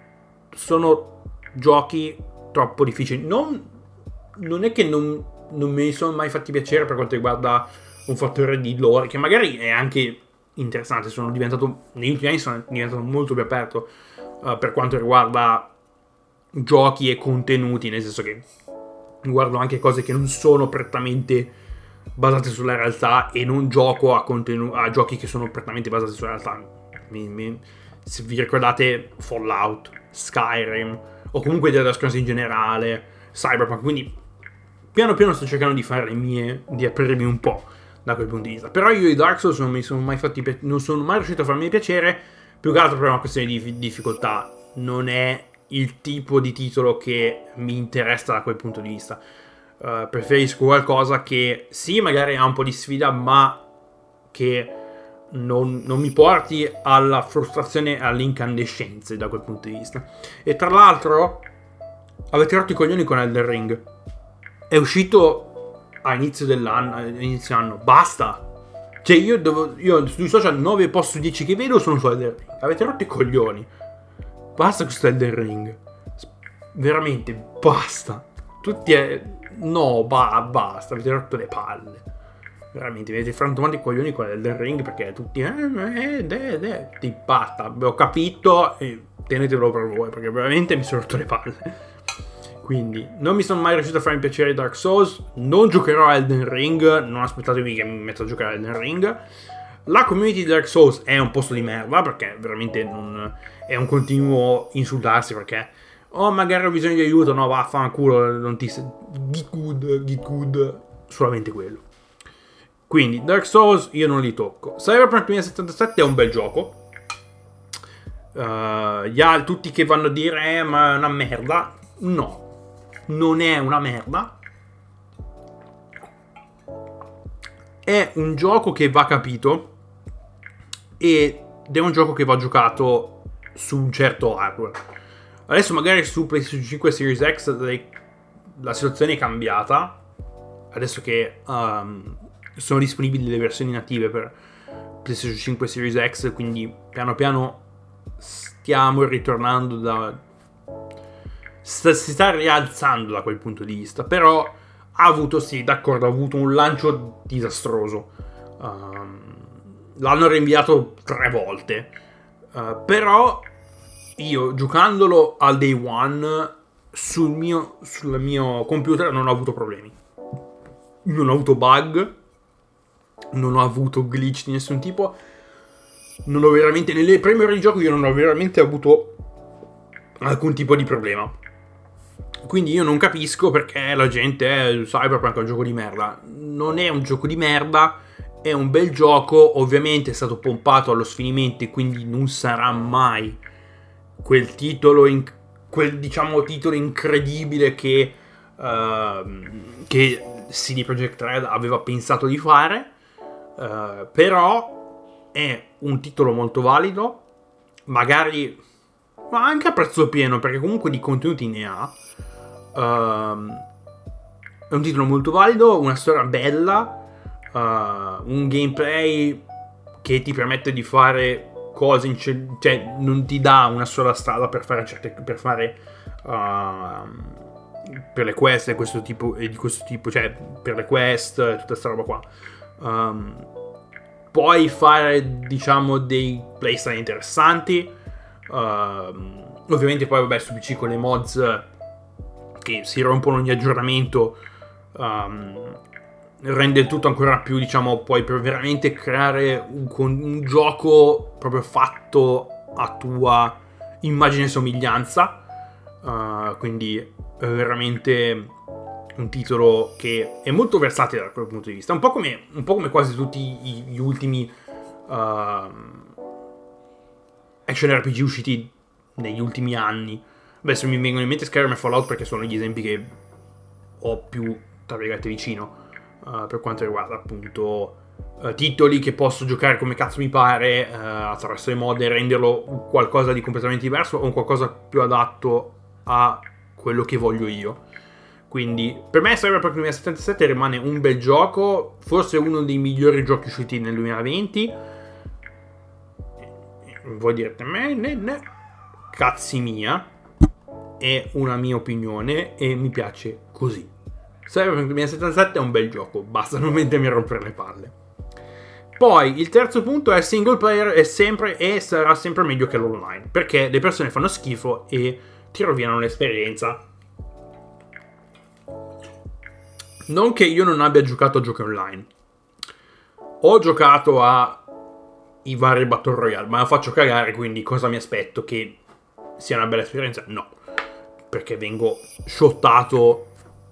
sono giochi troppo difficili. Non, non è che non, non mi sono mai fatti piacere per quanto riguarda un fattore di lore, che magari è anche interessante. Sono diventato, negli ultimi anni sono diventato molto più aperto uh, per quanto riguarda giochi e contenuti, nel senso che guardo anche cose che non sono prettamente basate sulla realtà e non gioco a, contenu- a giochi che sono prettamente basati sulla realtà. Mi, mi, se vi ricordate Fallout, Skyrim o comunque The Elder Scrolls in generale, Cyberpunk, quindi piano piano sto cercando di fare le mie, di aprirmi un po' da quel punto di vista. Però io i Dark Souls non mi sono mai fatti pi- non sono mai riuscito a farmi piacere, più che altro per una questione di difficoltà. Non è il tipo di titolo che mi interessa da quel punto di vista. Uh, preferisco qualcosa che sì, magari ha un po' di sfida, ma che non, non mi porti alla frustrazione e all'incandescenza da quel punto di vista. E tra l'altro avete rotto i coglioni con Elden Ring. È uscito a inizio dell'anno, a inizio anno, basta. Cioè io, devo, io sui social nove post su dieci che vedo sono su Elden Ring. Avete rotto i coglioni. Basta questo Elden Ring. Veramente basta. Tutti è... No, ba- basta. Avete rotto le palle. Veramente, mi avete frantumato i coglioni con Elden Ring, perché tutti... Eh, eh, eh, eh, ti basta. Ho capito e tenetelo per voi, perché veramente mi sono rotto le palle. Quindi, non mi sono mai riuscito a farmi piacere Dark Souls. Non giocherò a Elden Ring. Non aspettatevi che mi metto a giocare a Elden Ring. La community di Dark Souls è un posto di merda, perché veramente non... è un continuo insultarsi, perché oh, magari ho bisogno di aiuto, no, vaffanculo, non ti... Get good, get good, solamente quello. Quindi Dark Souls io non li tocco. Cyberpunk duemilasettantasette è un bel gioco. Uh, gli altri, tutti che vanno a dire eh, ma è una merda, no, non è una merda. È un gioco che va capito ed è un gioco che va giocato su un certo hardware. Adesso magari su PlayStation cinque Series X le, la situazione è cambiata, adesso che um, sono disponibili le versioni native per PlayStation cinque Series X, quindi piano piano stiamo ritornando da... si sta rialzando da quel punto di vista. Però ha avuto, sì, d'accordo, ha avuto un lancio disastroso. Um, l'hanno rinviato tre volte. Uh, però io giocandolo al day one sul mio, sul mio computer non ho avuto problemi. Non ho avuto bug. Non ho avuto glitch di nessun tipo. Non ho veramente... nelle prime ore di gioco io non ho veramente avuto alcun tipo di problema. Quindi io non capisco perché la gente è Cyberpunk è un gioco di merda. Non è un gioco di merda, è un bel gioco. Ovviamente è stato pompato allo sfinimento e quindi non sarà mai quel titolo in, quel diciamo titolo incredibile che uh, che C D Projekt Red aveva pensato di fare, uh, però è un titolo molto valido, magari ma anche a prezzo pieno, perché comunque di contenuti ne ha. Uh, è un titolo molto valido, una storia bella, uh, un gameplay che ti permette di fare cose in ce- cioè non ti dà una sola strada per fare certe per fare uh, per le quest e questo tipo e di questo tipo, cioè per le quest e tutta questa roba qua. Um, puoi fare, diciamo, dei playstyle interessanti. Uh, ovviamente poi vabbè su P C con le mods che si rompono ogni aggiornamento, um, rende il tutto ancora più, diciamo, puoi per veramente creare un, un gioco proprio fatto a tua immagine e somiglianza. Uh, quindi è veramente un titolo che è molto versatile da quel punto di vista, un po' come, un po' come quasi tutti gli ultimi uh, action R P G usciti negli ultimi anni. Beh, se mi vengono in mente Skyrim e Fallout, perché sono gli esempi che ho più, tra virgolette, vicino. Uh, per quanto riguarda appunto uh, titoli che posso giocare come cazzo mi pare uh, attraverso le mod e renderlo qualcosa di completamente diverso o qualcosa più adatto a quello che voglio io. Quindi per me Cyberpunk duemilasettantasette rimane un bel gioco, forse uno dei migliori giochi usciti nel duemilaventi. Vuoi dire a me? Ne, ne. Cazzi mia, è una mia opinione e mi piace così. Cyberpunk duemilasettantasette è un bel gioco, basta non mettermi a rompere le palle. Poi il terzo punto è single player è sempre e sarà sempre meglio che l'online, perché le persone fanno schifo e ti rovinano l'esperienza. Non che io non abbia giocato a giochi online, ho giocato a i vari Battle Royale, ma la faccio cagare, quindi cosa mi aspetto? Che sia una bella esperienza? No, perché vengo shottato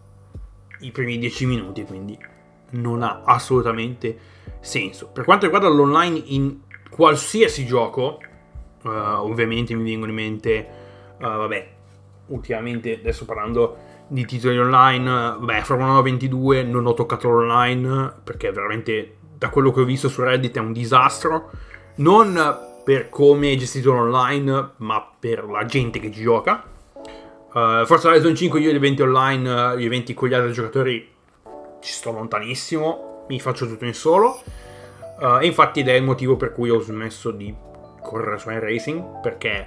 i primi dieci minuti, quindi non ha assolutamente senso. Per quanto riguarda l'online in qualsiasi gioco, uh, ovviamente mi vengono in mente uh, vabbè, ultimamente, adesso parlando di titoli online, uh, vabbè, Formula uno ventidue non ho toccato l'online perché veramente, da quello che ho visto su Reddit, è un disastro, non per come è gestito l'online, ma per la gente che ci gioca. Uh, Forza Horizon cinque, io gli eventi online, uh, gli eventi con gli altri giocatori ci sto lontanissimo, mi faccio tutto in solo, uh, e infatti ed è il motivo per cui ho smesso di correre su iRacing, perché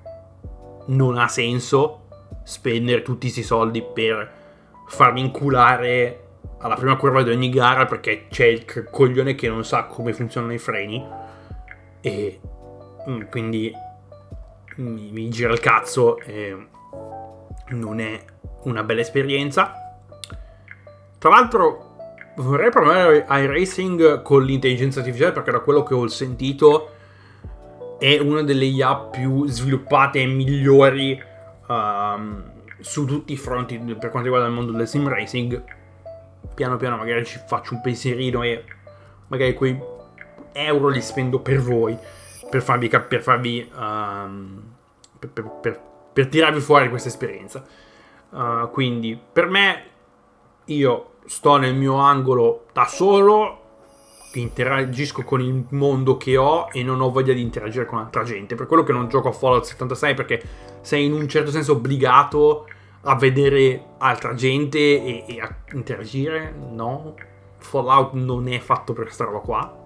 non ha senso spendere tutti questi soldi per farmi inculare alla prima curva di ogni gara perché c'è il c- coglione che non sa come funzionano i freni e mm, quindi mi, mi gira il cazzo e non è una bella esperienza. Tra l'altro vorrei provare iRacing con l'intelligenza artificiale, perché da quello che ho sentito è una delle I A più sviluppate e migliori um, su tutti i fronti per quanto riguarda il mondo del sim racing. Piano piano magari ci faccio un pensierino e magari quei euro li spendo per voi, per farvi per farvi um, per, per, per per tirarvi fuori questa esperienza. Uh, quindi per me, io sto nel mio angolo da solo, interagisco con il mondo che ho e non ho voglia di interagire con altra gente. Per quello che non gioco a Fallout settantasei, perché sei in un certo senso obbligato a vedere altra gente e, e a interagire. No, Fallout non è fatto per questa roba qua.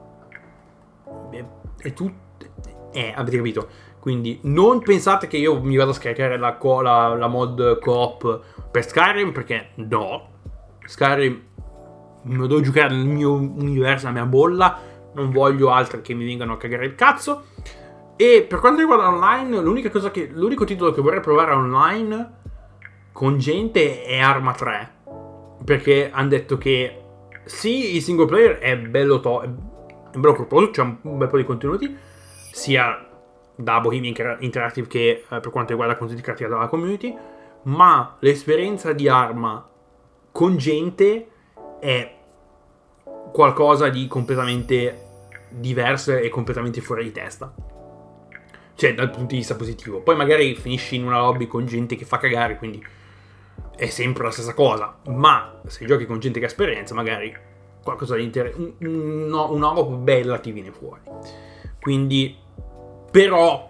E, e tu eh, avete capito. Quindi non pensate che io mi vado a scaricare la, co- la, la mod co-op per Skyrim, perché no. Skyrim mi devo giocare nel mio universo, nella mia bolla, non voglio altre che mi vengano a cagare il cazzo. E per quanto riguarda online, l'unica cosa che, l'unico titolo che vorrei provare online con gente è Arma tre, perché hanno detto che sì, il single player è bello to- è bello corposo, c'è un bel po' di contenuti, sia da Bohemian Interactive che eh, per quanto riguarda contenuti creati dalla community, ma l'esperienza di Arma con gente è qualcosa di completamente diverso e completamente fuori di testa, cioè dal punto di vista positivo. Poi magari finisci in una lobby con gente che fa cagare, quindi è sempre la stessa cosa, ma se giochi con gente che ha esperienza magari qualcosa di interessante, un, no, una roba bella ti viene fuori. Quindi, però,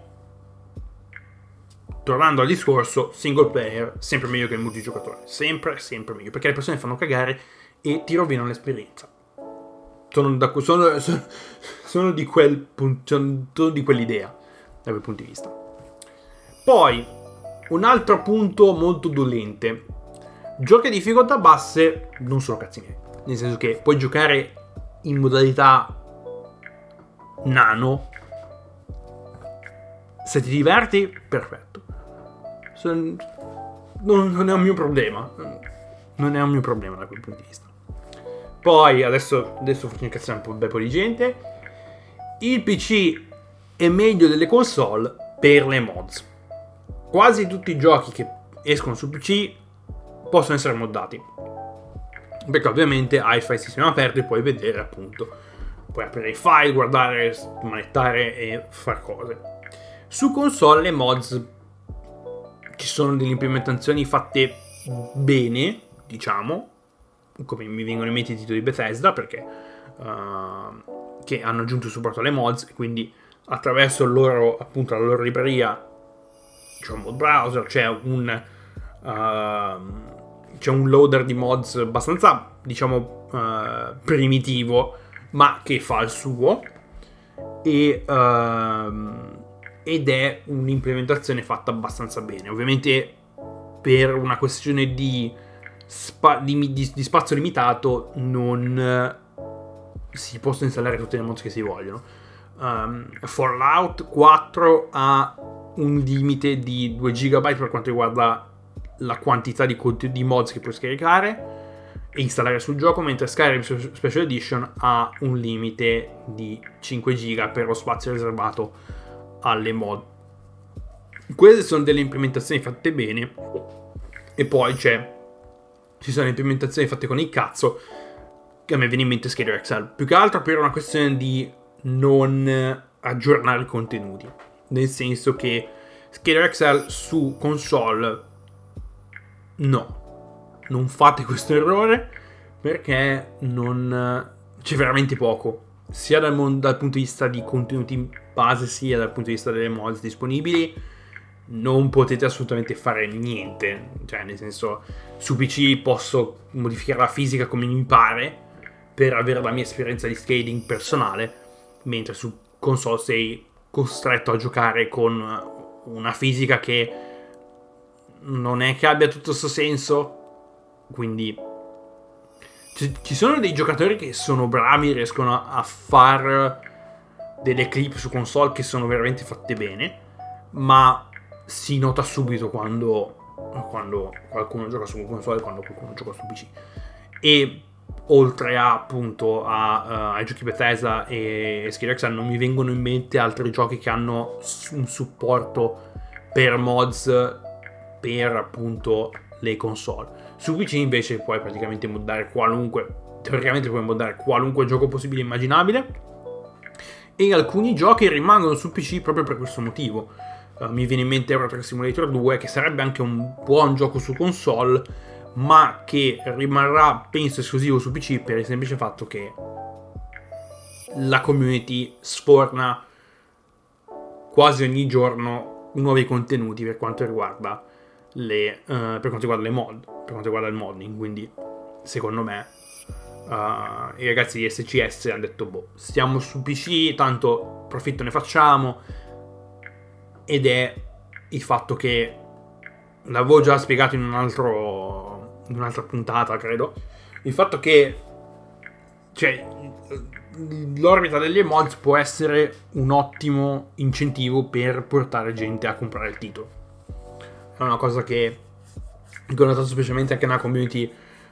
tornando al discorso, single player sempre meglio che il multigiocatore, sempre sempre meglio, perché le persone fanno cagare e ti rovinano l'esperienza. Sono, da, sono, sono, sono di quel sono di quell'idea da quel punto di vista. Poi un altro punto molto dolente: giochi a difficoltà basse non sono cazzi miei, nel senso che puoi giocare in modalità nano, se ti diverti perfetto, se, non, non è un mio problema, non è un mio problema da quel punto di vista. Poi adesso, adesso faccio incazzare un po', un bel po' di gente. Il P C è meglio delle console per le mods. Quasi tutti i giochi che escono sul P C possono essere moddati, perché ovviamente hai il file sistema aperto e puoi vedere, appunto, puoi aprire i file, guardare, manettare e fare cose. Su console le mods ci sono delle implementazioni fatte bene, diciamo, come mi vengono in mente i titoli di Bethesda, perché uh, che hanno aggiunto il supporto alle mods, e quindi attraverso il loro, appunto, la loro libreria c'è un mod browser, c'è un uh, c'è un loader di mods abbastanza, diciamo, uh, primitivo, ma che fa il suo, e uh, ed è un'implementazione fatta abbastanza bene. Ovviamente per una questione di Spa- di, di, di spazio limitato non uh, si possono installare tutte le mods che si vogliono. um, Fallout quattro ha un limite di due giga per quanto riguarda la quantità di, di mods che puoi scaricare e installare sul gioco, mentre Skyrim Special Edition ha un limite di cinque giga per lo spazio riservato alle mod. Queste sono delle implementazioni fatte bene, e poi c'è ci sono implementazioni fatte con il cazzo, che a me viene in mente Skater X L, più che altro per una questione di non aggiornare i contenuti, nel senso che Skater X L su console no, non fate questo errore, perché non c'è veramente poco, sia dal, dal punto di vista di contenuti base, sia dal punto di vista delle mods disponibili. Non potete assolutamente fare niente, cioè, nel senso, su P C posso modificare la fisica come mi pare per avere la mia esperienza di scaling personale, mentre su console sei costretto a giocare con una fisica che non è che abbia tutto questo senso. Quindi ci, ci sono dei giocatori che sono bravi, riescono a fare delle clip su console che sono veramente fatte bene, ma si nota subito quando, quando qualcuno gioca su console e quando qualcuno gioca su P C. E oltre a, appunto, a, uh, ai giochi Bethesda e, e Skater X L non mi vengono in mente altri giochi che hanno un supporto per mods per, appunto, le console. Su P C invece puoi praticamente moddare qualunque, teoricamente puoi moddare qualunque gioco possibile e immaginabile, e alcuni giochi rimangono su P C proprio per questo motivo. Uh, mi viene in mente Euro Truck Simulator due, che sarebbe anche un buon gioco su console, ma che rimarrà, penso, esclusivo su P C per il semplice fatto che la community sforna quasi ogni giorno nuovi contenuti per quanto riguarda le uh, per quanto riguarda le mod, per quanto riguarda il modding. Quindi secondo me uh, i ragazzi di S C S hanno detto: boh, stiamo su P C, tanto profitto ne facciamo. Ed è il fatto che l'avevo già spiegato in un altro in un'altra puntata, credo, il fatto che, cioè, l'orbita delle mods può essere un ottimo incentivo per portare gente a comprare il titolo. È una cosa che ho notato specialmente anche nella community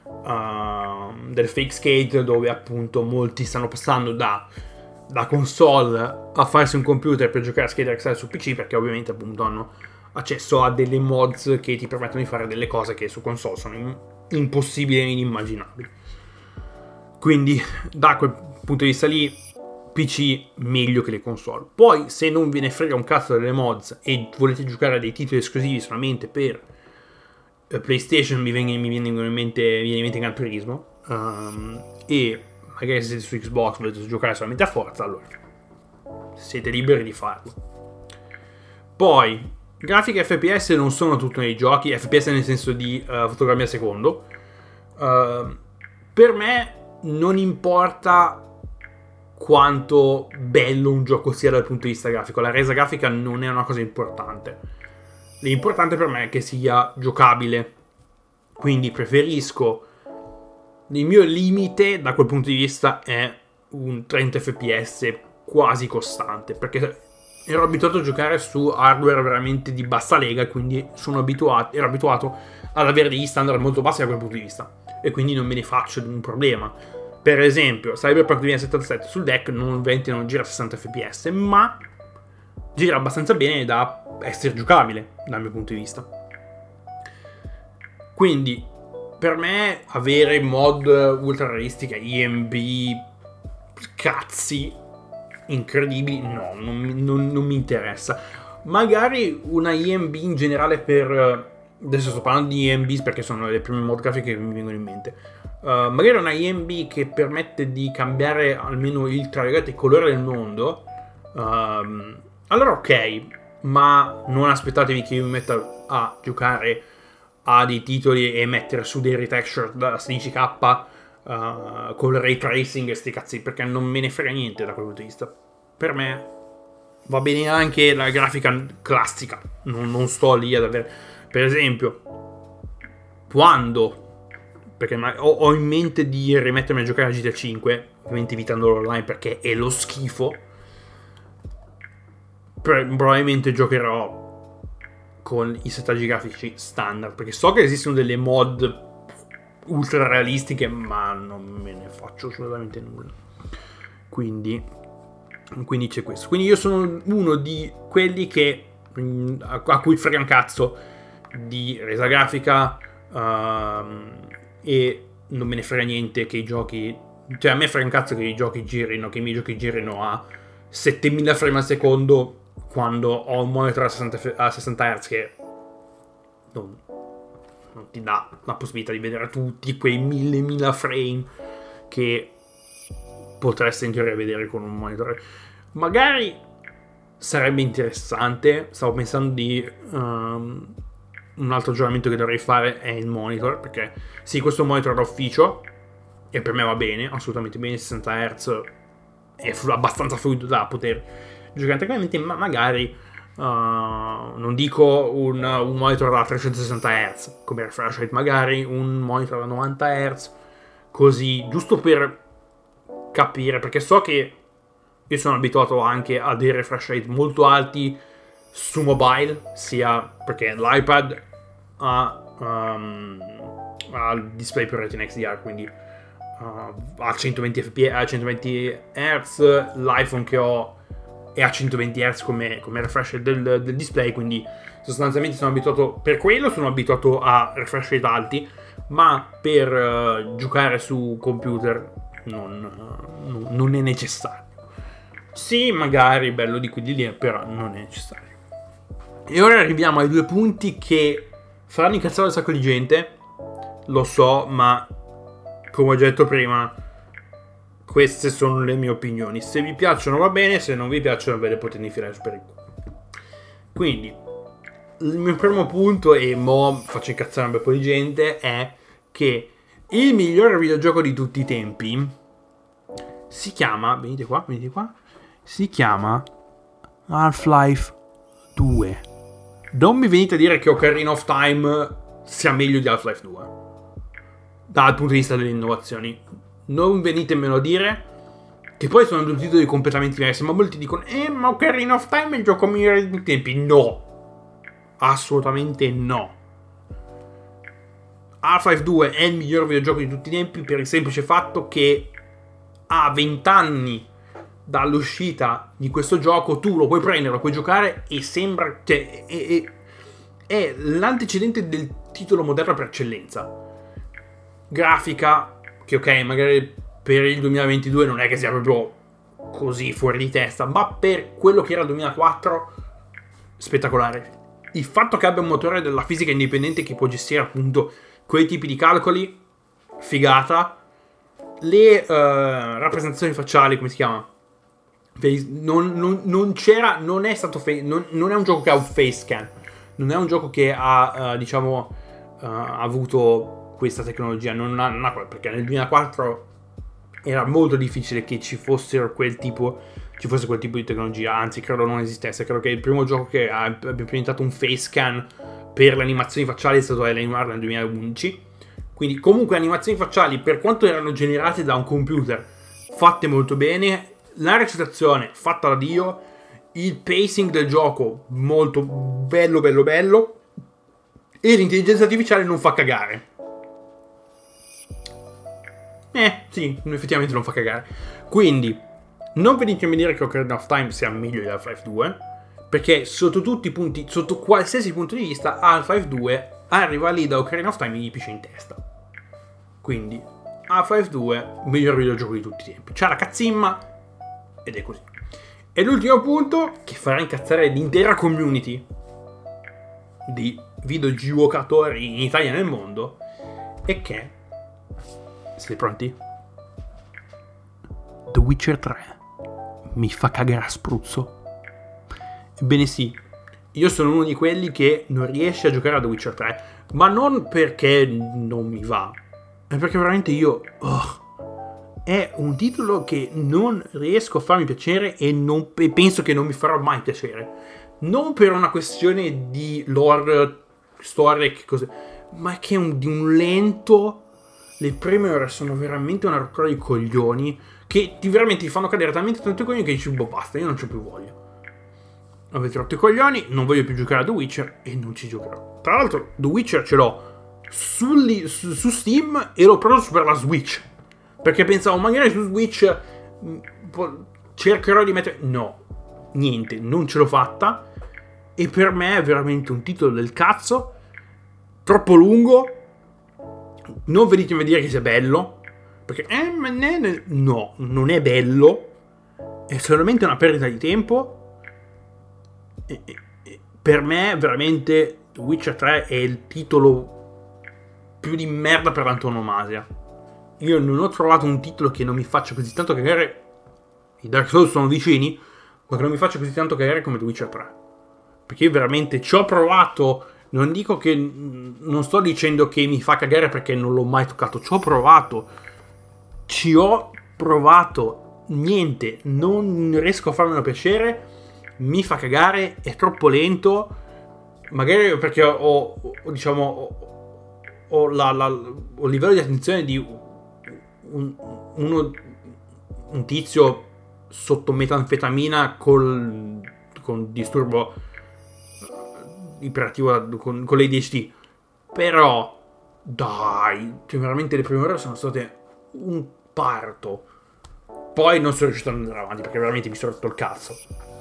uh, del fake skate, dove appunto molti stanno passando da da console a farsi un computer per giocare a Skater X L su P C, perché ovviamente appunto hanno accesso a delle mods che ti permettono di fare delle cose che su console sono impossibili e inimmaginabili. Quindi da quel punto di vista lì P C meglio che le console. Poi se non ve ne frega un cazzo delle mods e volete giocare a dei titoli esclusivi solamente per PlayStation mi, veng- mi viene in mente mi viene in mente Gran Turismo, um, e magari se siete su Xbox volete giocare solamente a Forza, allora siete liberi di farlo. Poi grafiche F P S non sono tutto nei giochi, F P S nel senso di uh, fotogrammi a secondo. Uh, per me non importa quanto bello un gioco sia dal punto di vista grafico, la resa grafica non è una cosa importante. L'importante per me è che sia giocabile, quindi preferisco, il mio limite da quel punto di vista è un trenta F P S quasi costante, perché ero abituato a giocare su hardware veramente di bassa lega, quindi sono abituato, ero abituato ad avere degli standard molto bassi da quel punto di vista, e quindi non me ne faccio un problema. Per esempio Cyberpunk duemilasettantasette sul deck non, ovviamente non gira a sessanta F P S, ma gira abbastanza bene da essere giocabile dal mio punto di vista. Quindi per me avere mod ultra realistica, I M B, cazzi incredibili, no, non, non, non mi interessa. Magari una I M B in generale, per adesso sto parlando di I M B perché sono le prime mod grafiche che mi vengono in mente. Uh, magari una I M B che permette di cambiare almeno il, tra virgolette, il colore del mondo, uh, allora ok, ma non aspettatevi che io mi metta a giocare a dei titoli e mettere su dei retexture da sedici K uh, con il ray tracing e sti cazzi, perché non me ne frega niente da quel punto di vista. Per me va bene anche la grafica classica, non, non sto lì ad avere, per esempio, quando, perché ho, ho in mente di rimettermi a giocare a G T A cinque, ovviamente evitandolo online perché è lo schifo, probabilmente giocherò con i settaggi grafici standard, perché so che esistono delle mod ultra realistiche, ma non me ne faccio assolutamente nulla. Quindi, quindi c'è questo. Quindi io sono uno di quelli che a, a cui frega un cazzo di resa grafica, uh, e non me ne frega niente che i giochi, cioè a me frega un cazzo che i giochi girino, che i miei giochi girino a settemila frame al secondo quando ho un monitor a sessanta, a sessanta hertz che non, non ti dà la possibilità di vedere tutti quei mille mila frame che potreste in teoria vedere con un monitor. Magari sarebbe interessante, stavo pensando di um, un altro aggiornamento che dovrei fare è il monitor, perché sì, questo monitor da ufficio e per me va bene, assolutamente bene, sessanta hertz è abbastanza fluido da poter giocare tranquillamente, ma magari uh, non dico un, un monitor da trecentosessanta hertz come refresh rate, magari un monitor da novanta hertz, così, giusto per capire, perché so che io sono abituato anche a dei refresh rate molto alti su mobile, sia perché l'iPad ha, um, ha il display per Retina X D R, quindi uh, a centoventi F P S, a centoventi hertz, l'iPhone che ho è a centoventi hertz come, come refresh del, del display, quindi sostanzialmente sono abituato, per quello sono abituato a refresh rate alti, ma per uh, giocare su computer non, uh, non è necessario. Sì, magari bello di qui di lì, però non è necessario. E ora arriviamo ai due punti che faranno incazzare un sacco di gente, lo so, ma come ho già detto prima, queste sono le mie opinioni. Se vi piacciono va bene, se non vi piacciono ve le potete infilare per il culo. Quindi il mio primo punto, e mo faccio incazzare un bel po' di gente, è che il migliore videogioco di tutti i tempi si chiama, venite qua, venite qua, si chiama Half-Life due. Non mi venite a dire che Ocarina of Time sia meglio di Half-Life due dal punto di vista delle innovazioni. Non venitemelo a dire, che poi sono due titoli completamente diversi, ma molti dicono eh ma Ocarina of Time è il gioco migliore di tutti i tempi. No, assolutamente no. Half-Life due è il miglior videogioco di tutti i tempi per il semplice fatto che a venti anni dall'uscita di questo gioco tu lo puoi prendere, lo puoi giocare e sembra, cioè, è, è, è l'antecedente del titolo moderno per eccellenza. Grafica che ok, magari per il duemilaventidue non è che sia proprio così fuori di testa, ma per quello che era il duemilaquattro spettacolare, il fatto che abbia un motore della fisica indipendente che può gestire appunto quei tipi di calcoli, figata. Le uh, rappresentazioni facciali, come si chiama? Non, non, non c'era, non è stato fa- non, non è un gioco che ha un face scan, non è un gioco che ha uh, diciamo uh, avuto questa tecnologia, non ha, non ha, perché nel duemilaquattro era molto difficile che ci fossero quel tipo ci fosse quel tipo di tecnologia, anzi credo non esistesse. Credo che il primo gioco che abbia implementato un face scan per le animazioni facciali è stato Alienware nel duemilaundici. Quindi comunque animazioni facciali, per quanto erano generate da un computer, fatte molto bene, la recitazione fatta da Dio, il pacing del gioco molto bello bello bello, e l'intelligenza artificiale non fa cagare. Eh, sì, effettivamente non fa cagare. Quindi, non venitemi a dire che Ocarina of Time sia meglio di Half-Life due, perché sotto tutti i punti, sotto qualsiasi punto di vista, Half-Life due arriva lì da Ocarina of Time e gli pisce in testa. Quindi, Half-Life due, miglior videogioco di tutti i tempi. C'ha la cazzimma, ed è così. E l'ultimo punto, che farà incazzare l'intera community di videogiocatori in Italia e nel mondo, è che... Siete pronti? The Witcher tre mi fa cagare a spruzzo. Ebbene sì, io sono uno di quelli che non riesce a giocare a The Witcher tre, ma non perché non mi va, è perché veramente io oh, è un titolo che non riesco a farmi piacere e, non, e penso che non mi farà mai piacere, non per una questione di lore, storia, che cose, ma che è un, di un lento. Le prime ore sono veramente una rottura di coglioni che ti veramente ti fanno cadere talmente tanto i coglioni che dici boh basta, io non c'ho più voglia, avete rotto i coglioni, non voglio più giocare a The Witcher e non ci giocherò. Tra l'altro The Witcher ce l'ho sulli, su, su Steam e l'ho preso per la Switch, perché pensavo magari su Switch mh, cercherò di mettere, no, niente, non ce l'ho fatta. E per me è veramente un titolo del cazzo, troppo lungo. Non venitemi a dire che sia bello, perché eh, no, non è bello, è solamente una perdita di tempo. E, e, e, per me veramente The Witcher tre è il titolo più di merda per l'antonomasia. Io non ho trovato un titolo che non mi faccia così tanto cagare. I Dark Souls sono vicini, ma che non mi faccia così tanto cagare come The Witcher tre, perché io veramente ci ho provato. Non dico che, non sto dicendo che mi fa cagare perché non l'ho mai toccato, ci ho provato, ci ho provato, niente, non riesco a farmelo piacere, mi fa cagare, è troppo lento, magari perché ho, ho diciamo, ho, ho, la, la, ho il livello di attenzione di un, uno, un tizio sotto metanfetamina col, con disturbo iperattivo con, con l'A D H D, però dai, cioè veramente le prime ore sono state un parto. Poi non sono riuscito ad andare avanti perché veramente mi sono rotto il cazzo,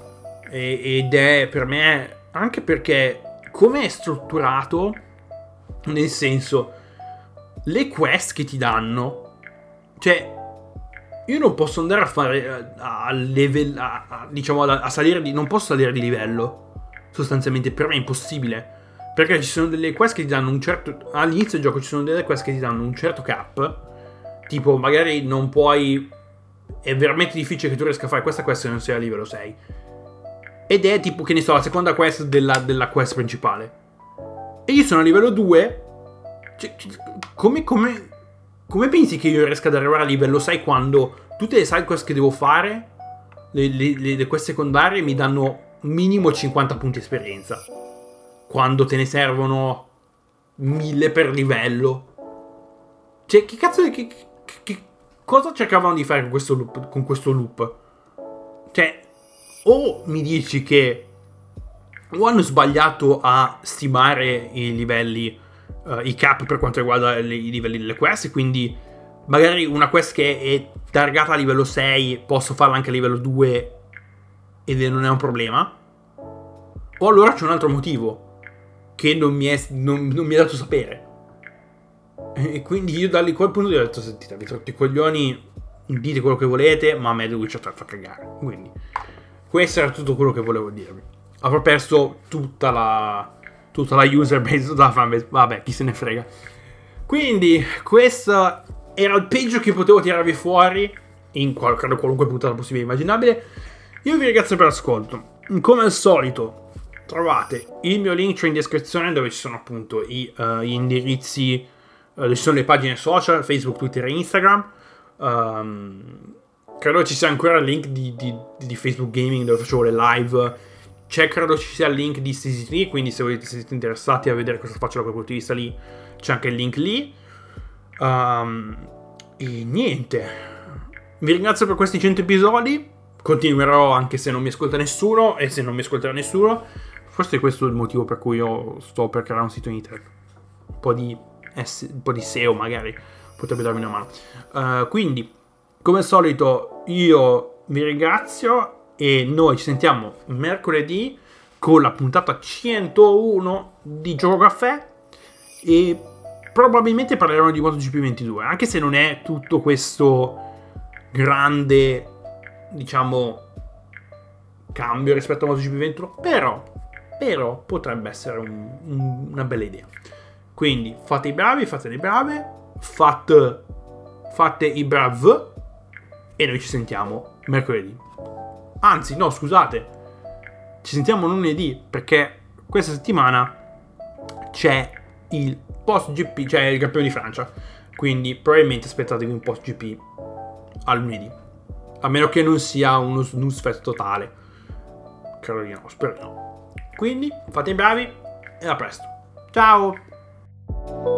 e, ed è per me anche perché come è strutturato, nel senso, le quest che ti danno, cioè io non posso andare a fare a, a level a, a, diciamo a, a salire di, non posso salire di livello. Sostanzialmente per me è impossibile, perché ci sono delle quest che ti danno un certo, all'inizio del gioco ci sono delle quest che ti danno un certo cap, tipo magari non puoi, è veramente difficile che tu riesca a fare questa quest se non sei a livello sei, ed è tipo, che ne so, la seconda quest della, della quest principale, e io sono a livello due. Cioè, come, come, come pensi che io riesca ad arrivare a livello sei quando tutte le side quest che devo fare, le, le, le, le quest secondarie mi danno minimo cinquanta punti esperienza, quando te ne servono mille per livello? Cioè, che cazzo di, che, che, che cosa cercavano di fare con questo loop, con questo loop? Cioè, o mi dici che o hanno sbagliato a stimare i livelli, uh, i cap per quanto riguarda le, i livelli delle quest, e quindi magari una quest che è targata a livello sei posso farla anche a livello due ed non è un problema, o allora c'è un altro motivo che non mi è, non, non mi è dato sapere. E quindi io da lì quel punto ho detto: sentite, avete rotto i coglioni, dite quello che volete, ma a me The Witcher tre fa cagare. Quindi questo era tutto quello che volevo dirvi. Avrò perso tutta la tutta la user base, tutta la fanbase, vabbè, chi se ne frega. Quindi questo era il peggio che potevo tirarvi fuori in qual- credo qualunque puntata possibile e immaginabile. Io vi ringrazio per l'ascolto. Come al solito trovate il mio link in descrizione, dove ci sono appunto i, uh, gli indirizzi, uh, dove ci sono le pagine social, Facebook, Twitter e Instagram. Um, credo ci sia ancora il link di, di, di Facebook Gaming, dove facevo le live. C'è, credo ci sia il link di C C T, quindi se volete, se siete interessati a vedere cosa faccio da quel punto di vista lì, c'è anche il link lì. Um, e niente, vi ringrazio per questi cento episodi. Continuerò anche se non mi ascolta nessuno, e se non mi ascolterà nessuno, forse questo è il motivo per cui io sto per creare un sito internet. Un po' di, S- un po' di S E O magari potrebbe darmi una mano. Uh, quindi, come al solito, io vi ringrazio e noi ci sentiamo mercoledì con la puntata centouno di Gioco Caffè, e probabilmente parleremo di MotoGP ventidue, anche se non è tutto questo grande, diciamo, cambio rispetto a MotoGP ventuno, però però potrebbe essere un, un, una bella idea. Quindi fate i bravi, fate le brave, fate, fate i brav, e noi ci sentiamo mercoledì. Anzi no, scusate, ci sentiamo lunedì, perché questa settimana c'è il post G P, cioè il campione di Francia, quindi probabilmente aspettatevi un post G P a lunedì, a meno che non sia uno snooze fest totale. Credo di no, spero di no. Quindi fate i bravi e a presto. Ciao.